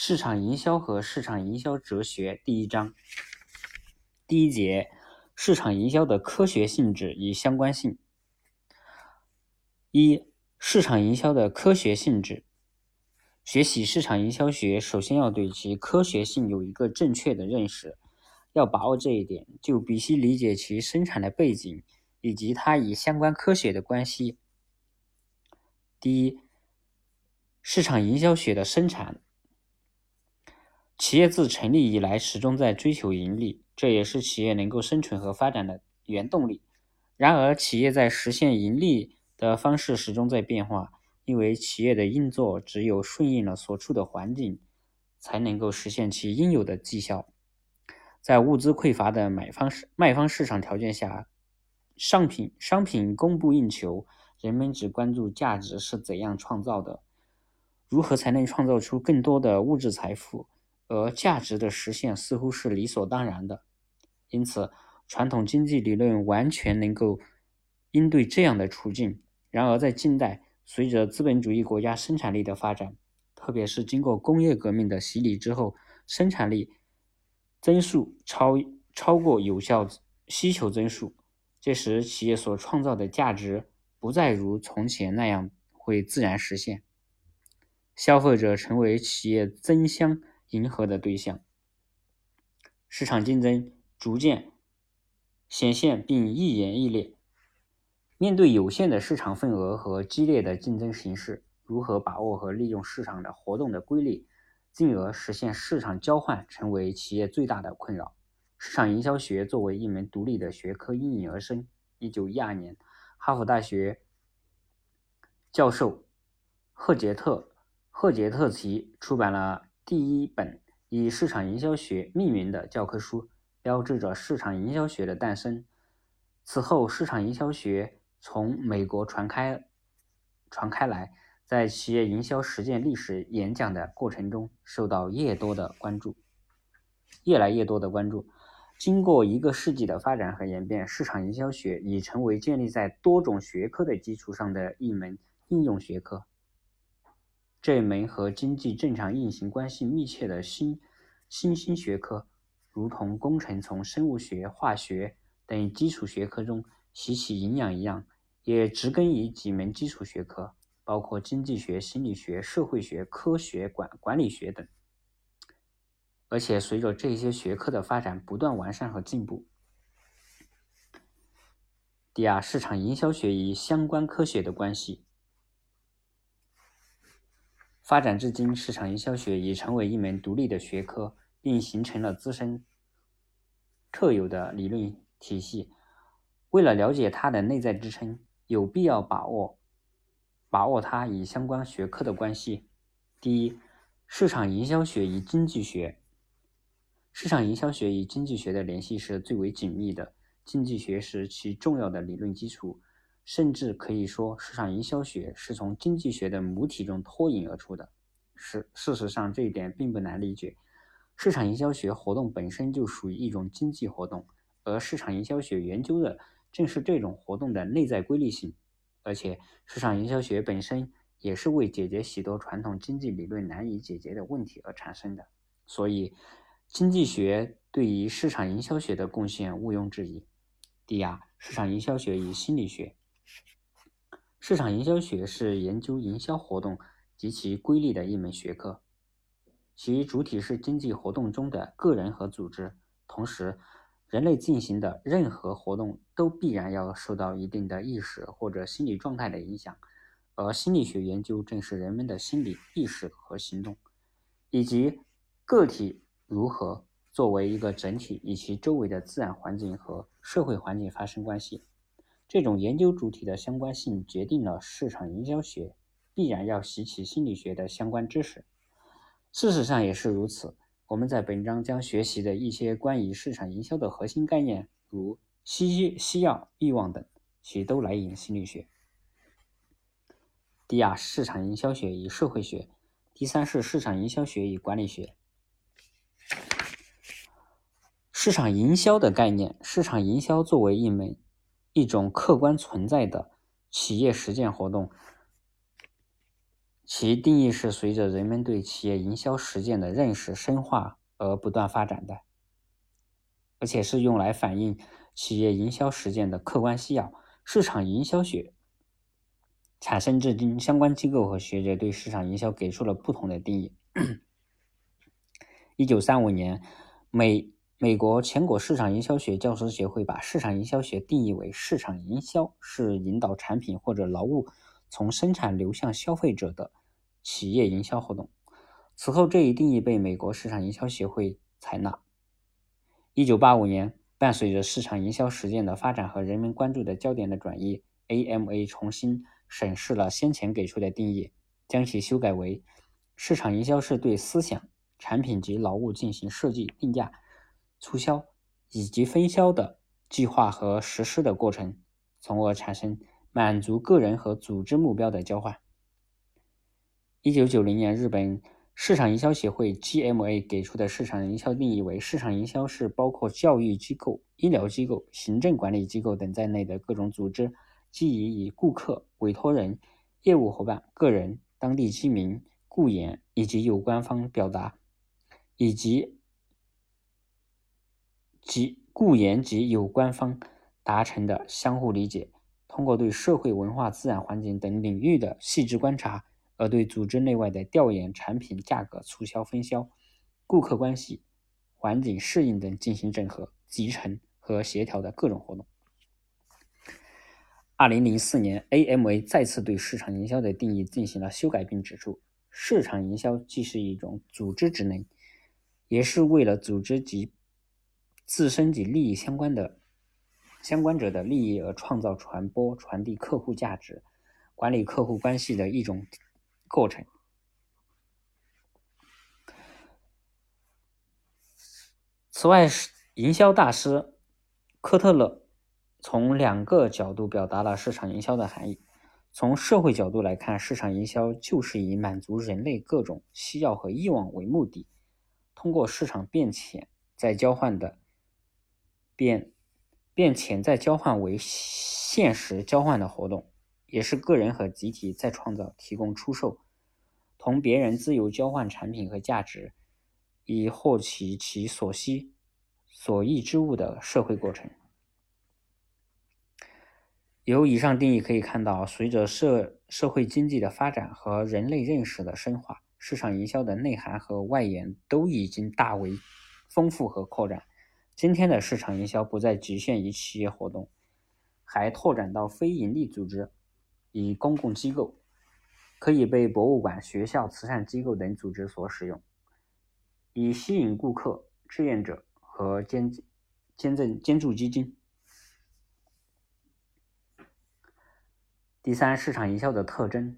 市场营销和市场营销哲学第一章第一节，市场营销的科学性质与相关性。一、市场营销的科学性质。学习市场营销学，首先要对其科学性有一个正确的认识。要把握这一点，就必须理解其生产的背景以及它与相关科学的关系。第一，市场营销学的生产。企业自成立以来始终在追求盈利，这也是企业能够生存和发展的原动力。然而，企业在实现盈利的方式始终在变化，因为企业的运作只有顺应了所处的环境，才能够实现其应有的绩效。在物资匮乏的卖方市场条件下，商品供不应求，人们只关注价值是怎样创造的，如何才能创造出更多的物质财富，而价值的实现似乎是理所当然的。因此，传统经济理论完全能够应对这样的处境。然而在近代，随着资本主义国家生产力的发展，特别是经过工业革命的洗礼之后，生产力增速超过有效需求增速，这时企业所创造的价值不再如从前那样会自然实现，消费者成为企业争相迎合的对象，市场竞争逐渐显现并愈演愈烈。面对有限的市场份额和激烈的竞争形势，如何把握和利用市场的活动的规律，进而实现市场交换，成为企业最大的困扰。市场营销学作为一门独立的学科应运而生。1912年，哈佛大学教授赫杰特奇出版了第一本以市场营销学命名的教科书，标志着市场营销学的诞生。此后，市场营销学从美国传开来，在企业营销实践历史演讲的过程中，受到越来越多的关注。经过一个世纪的发展和演变，市场营销学已成为建立在多种学科的基础上的一门应用学科。这门和经济正常运行关系密切的新兴学科，如同工程从生物学、化学等基础学科中吸取营养一样，也植根于几门基础学科，包括经济学、心理学、社会学、科学、管理学等。而且随着这些学科的发展不断完善和进步。第二，市场营销学与相关科学的关系。发展至今，市场营销学已成为一门独立的学科，并形成了自身特有的理论体系。为了了解它的内在支撑，有必要把握它与相关学科的关系。第一，市场营销学与经济学。市场营销学与经济学的联系是最为紧密的，经济学是其重要的理论基础，甚至可以说市场营销学是从经济学的母体中脱颖而出的。事实上，这一点并不难理解。市场营销学活动本身就属于一种经济活动，而市场营销学研究的正是这种活动的内在规律性，而且市场营销学本身也是为解决许多传统经济理论难以解决的问题而产生的，所以经济学对于市场营销学的贡献毋庸置疑。第二，市场营销学与心理学。市场营销学是研究营销活动及其规律的一门学科，其主体是经济活动中的个人和组织，同时人类进行的任何活动都必然要受到一定的意识或者心理状态的影响，而心理学研究正是人们的心理意识和行动，以及个体如何作为一个整体与其周围的自然环境和社会环境发生关系。这种研究主体的相关性决定了市场营销学必然要习取心理学的相关知识。事实上也是如此，我们在本章将学习的一些关于市场营销的核心概念，如需要、欲望等，其都来源心理学。第二，市场营销学与社会学。第三是市场营销学与管理学。市场营销的概念，市场营销作为一种客观存在的企业实践活动， 其定义是随着人们对企业营销实践的认识深化而不断发展的，而且是用来反映企业营销实践的客观需要。市场营销学产生至今，相关机构和学者对市场营销给出了不同的定义。1935年，美国全国市场营销学教师协会把市场营销学定义为市场营销是引导产品或者劳务从生产流向消费者的企业营销活动。此后，这一定义被美国市场营销协会采纳。1985年，伴随着市场营销实践的发展和人们关注的焦点的转移， AMA 重新审视了先前给出的定义，将其修改为市场营销是对思想、产品及劳务进行设计、定价、促销以及分销的计划和实施的过程，从而产生满足个人和组织目标的交换。1990年，日本市场营销协会 GMA 给出的市场营销定义为：市场营销是包括教育机构、医疗机构、行政管理机构等在内的各种组织，基于以顾客、委托人、业务伙伴、个人、当地居民、雇员以及有关方表达，以及雇员及有关方达成的相互理解，通过对社会、文化、自然环境等领域的细致观察，而对组织内外的调研、产品价格、促销、分销、顾客关系、环境适应等进行整合、集成和协调的各种活动。2004年 ，AMA 再次对市场营销的定义进行了修改，并指出，市场营销既是一种组织职能，也是为了组织及自身及利益相关者的利益而创造、传播、传递客户价值、管理客户关系的一种过程。此外，营销大师科特勒从两个角度表达了市场营销的含义。从社会角度来看，市场营销就是以满足人类各种需要和欲望为目的，通过市场变潜在交换为现实交换的活动，也是个人和集体在创造、提供、出售，同别人自由交换产品和价值，以获取其所需、所欲之物的社会过程。由以上定义可以看到，随着社会经济的发展和人类认识的深化，市场营销的内涵和外延都已经大为丰富和扩展。今天的市场营销不再局限于企业活动，还拓展到非营利组织与公共机构，可以被博物馆、学校、慈善机构等组织所使用，以吸引顾客、志愿者和捐助基金。第三，市场营销的特征。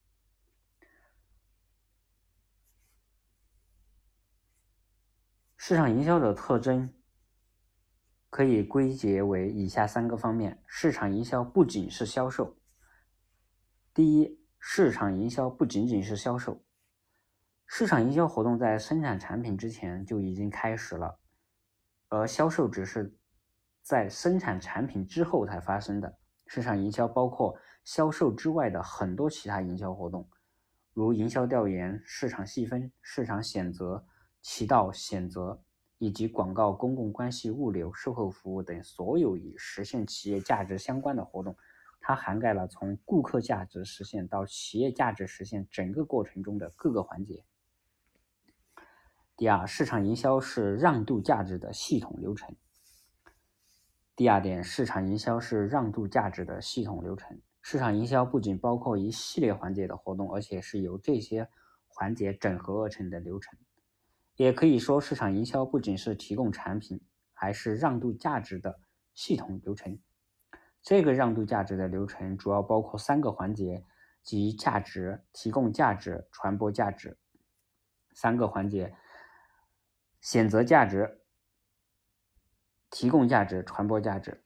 市场营销的特征可以归结为以下3个方面。市场营销不仅是销售。第一，市场营销不仅仅是销售。市场营销活动在生产产品之前就已经开始了，而销售只是在生产产品之后才发生的。市场营销包括销售之外的很多其他营销活动，如营销调研、市场细分、市场选择、渠道选择，以及广告、公共关系、物流、售后服务等所有与实现企业价值相关的活动。它涵盖了从顾客价值实现到企业价值实现整个过程中的各个环节。第二，市场营销是让渡价值的系统流程。第二点，市场营销是让渡价值的系统流程。市场营销不仅包括一系列环节的活动，而且是由这些环节整合而成的流程。也可以说，市场营销不仅是提供产品，还是让渡价值的系统流程。这个让渡价值的流程主要包括3个环节，即价值、提供价值、传播价值。3个环节：选择价值、提供价值、传播价值。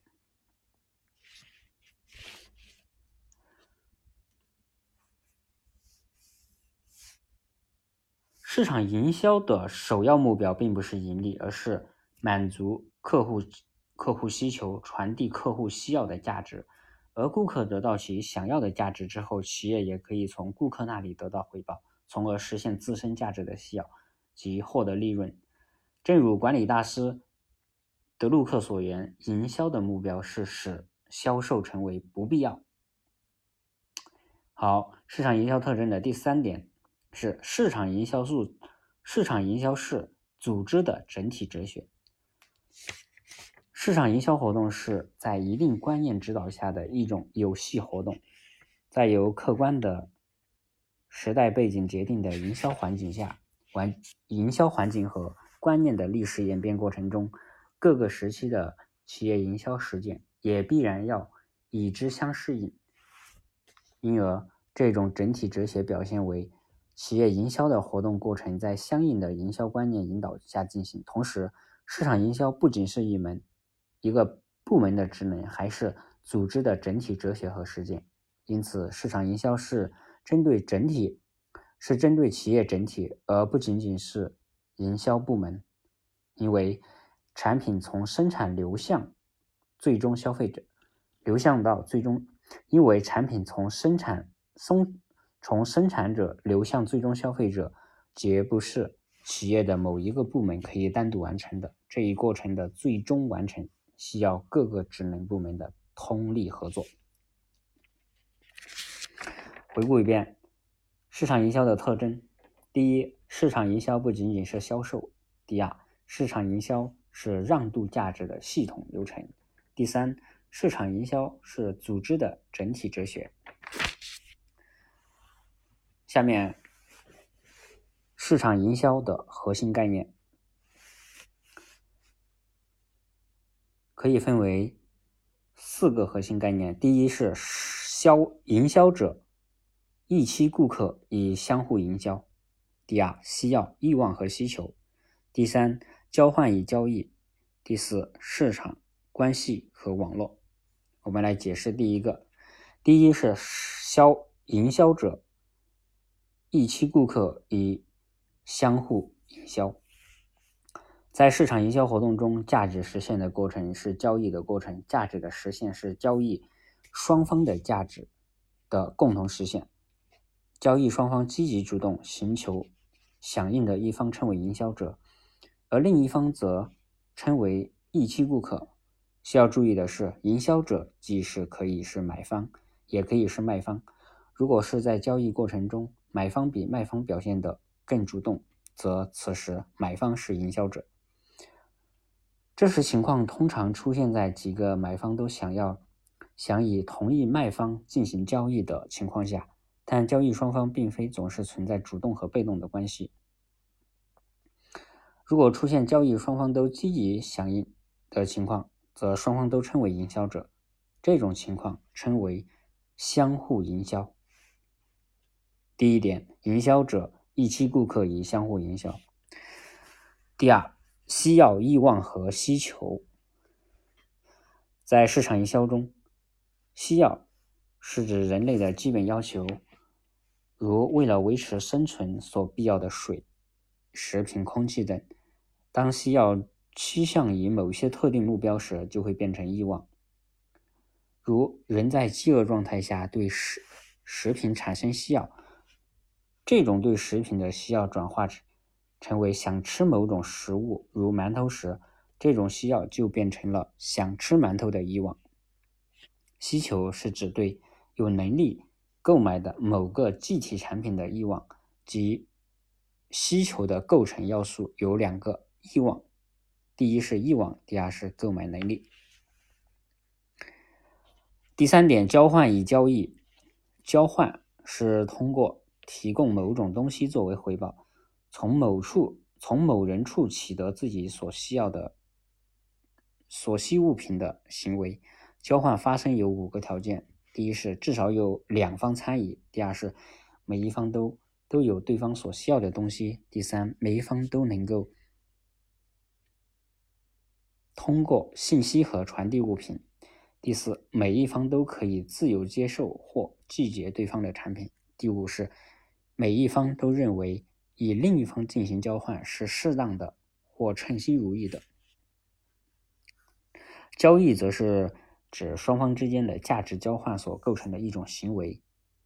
市场营销的首要目标并不是盈利，而是满足客户需求，传递客户需要的价值， 而顾客得到其想要的价值之后，企业也可以从顾客那里得到回报，从而实现自身价值的需要及获得利润。正如管理大师德鲁克所言，营销的目标是使销售成为不必要。好，市场营销特征的第3点是市场营销是组织的整体哲学。市场营销活动是在一定观念指导下的一种有系活动，在由客观的时代背景决定的营销环境下，营销环境和观念的历史演变过程中，各个时期的企业营销实践也必然要与之相适应，因而这种整体哲学表现为企业营销的活动过程在相应的营销观念引导下进行。同时，市场营销不仅是一个部门的职能，还是组织的整体哲学和实践。因此，市场营销是针对企业整体，而不仅仅是营销部门。因为产品从生产流向最终消费者，从生产者流向最终消费者，绝不是企业的某一个部门可以单独完成的。这一过程的最终完成需要各个职能部门的通力合作。回顾一遍市场营销的特征：第一，市场营销不仅仅是销售；第二，市场营销是让渡价值的系统流程；第三，市场营销是组织的整体哲学。下面，市场营销的核心概念可以分为4个核心概念。第一是营销者预期顾客以相互营销；第二，需要、欲望和需求；第三，交换与交易；第四，市场关系和网络。我们来解释第一个。第一是营销者预期顾客以相互营销。在市场营销活动中，价值实现的过程是交易的过程，价值的实现是交易双方的价值的共同实现。交易双方积极主动寻求响应的一方称为营销者，而另一方则称为预期顾客。需要注意的是，营销者既是可以是买方，也可以是卖方。如果是在交易过程中，买方比卖方表现得更主动，则此时买方是营销者。这时情况通常出现在几个买方都想以同意卖方进行交易的情况下，但交易双方并非总是存在主动和被动的关系。如果出现交易双方都积极响应的情况，则双方都称为营销者，这种情况称为相互营销。第一点，营销者预期顾客以相互营销。第二，需要、欲望和需求。在市场营销中，需要是指人类的基本要求，如为了维持生存所必要的水、食品、空气等。当需要趋向于某些特定目标时，就会变成欲望。如人在饥饿状态下对食品产生需要，这种对食品的需要转化成为想吃某种食物，如馒头时，这种需要就变成了想吃馒头的欲望。需求是指对有能力购买的某个具体产品的欲望，即需求的构成要素有2个欲望，第一是欲望，第二是购买能力。第3点，交换与交易。交换是通过提供某种东西作为回报，从某人处取得自己所需物品的行为。交换发生有5个条件：第一是至少有2方参与；第二是每一方都有对方所需要的东西；第三，每一方都能够通过信息和传递物品；第四，每一方都可以自由接受或拒绝对方的产品；第五是每一方都认为与另一方进行交换是适当的或称心如意的。交易则是指双方之间的价值交换所构成的一种行为。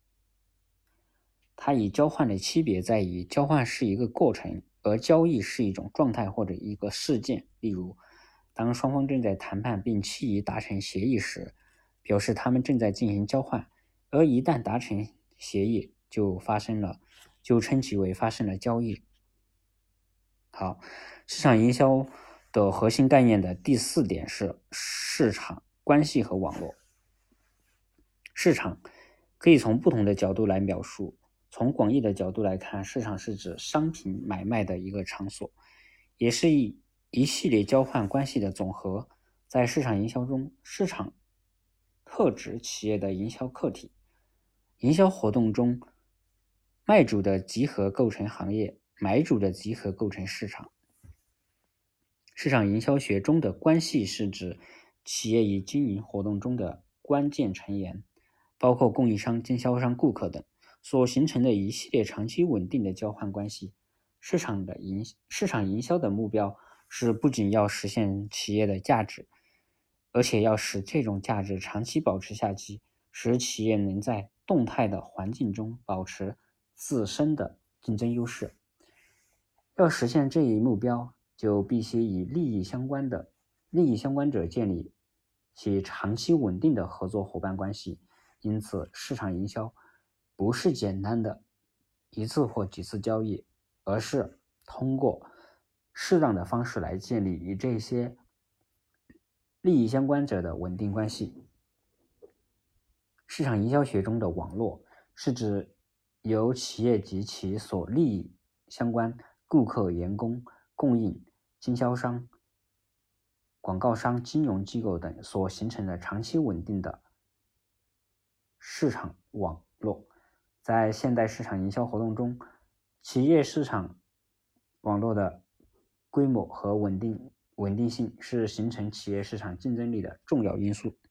它与交换的区别在于，交换是一个过程，而交易是一种状态或者一个事件。例如，当双方正在谈判并期于达成协议时，表示他们正在进行交换，而一旦达成协议就称其为发生了交易。好，市场营销的核心概念的第4点是市场关系和网络。市场可以从不同的角度来描述。从广义的角度来看，市场是指商品买卖的一个场所，也是一系列交换关系的总和。在市场营销中，市场特指企业的营销客体。营销活动中，卖主的集合构成行业，买主的集合构成市场。市场营销学中的关系是指企业与经营活动中的关键成员，包括供应商、经销商、顾客等，所形成的一系列长期稳定的交换关系。市场营销的目标是不仅要实现企业的价值，而且要使这种价值长期保持下去，使企业能在动态的环境中保持自身的竞争优势。要实现这一目标，就必须与利益相关者建立起长期稳定的合作伙伴关系。因此，市场营销不是简单的一次或几次交易，而是通过适当的方式来建立与这些利益相关者的稳定关系。市场营销学中的网络是指由企业及其所利益相关顾客、员工、供应、经销商、广告商、金融机构等所形成的长期稳定的市场网络。在现代市场营销活动中，企业市场网络的规模和稳定性是形成企业市场竞争力的重要因素。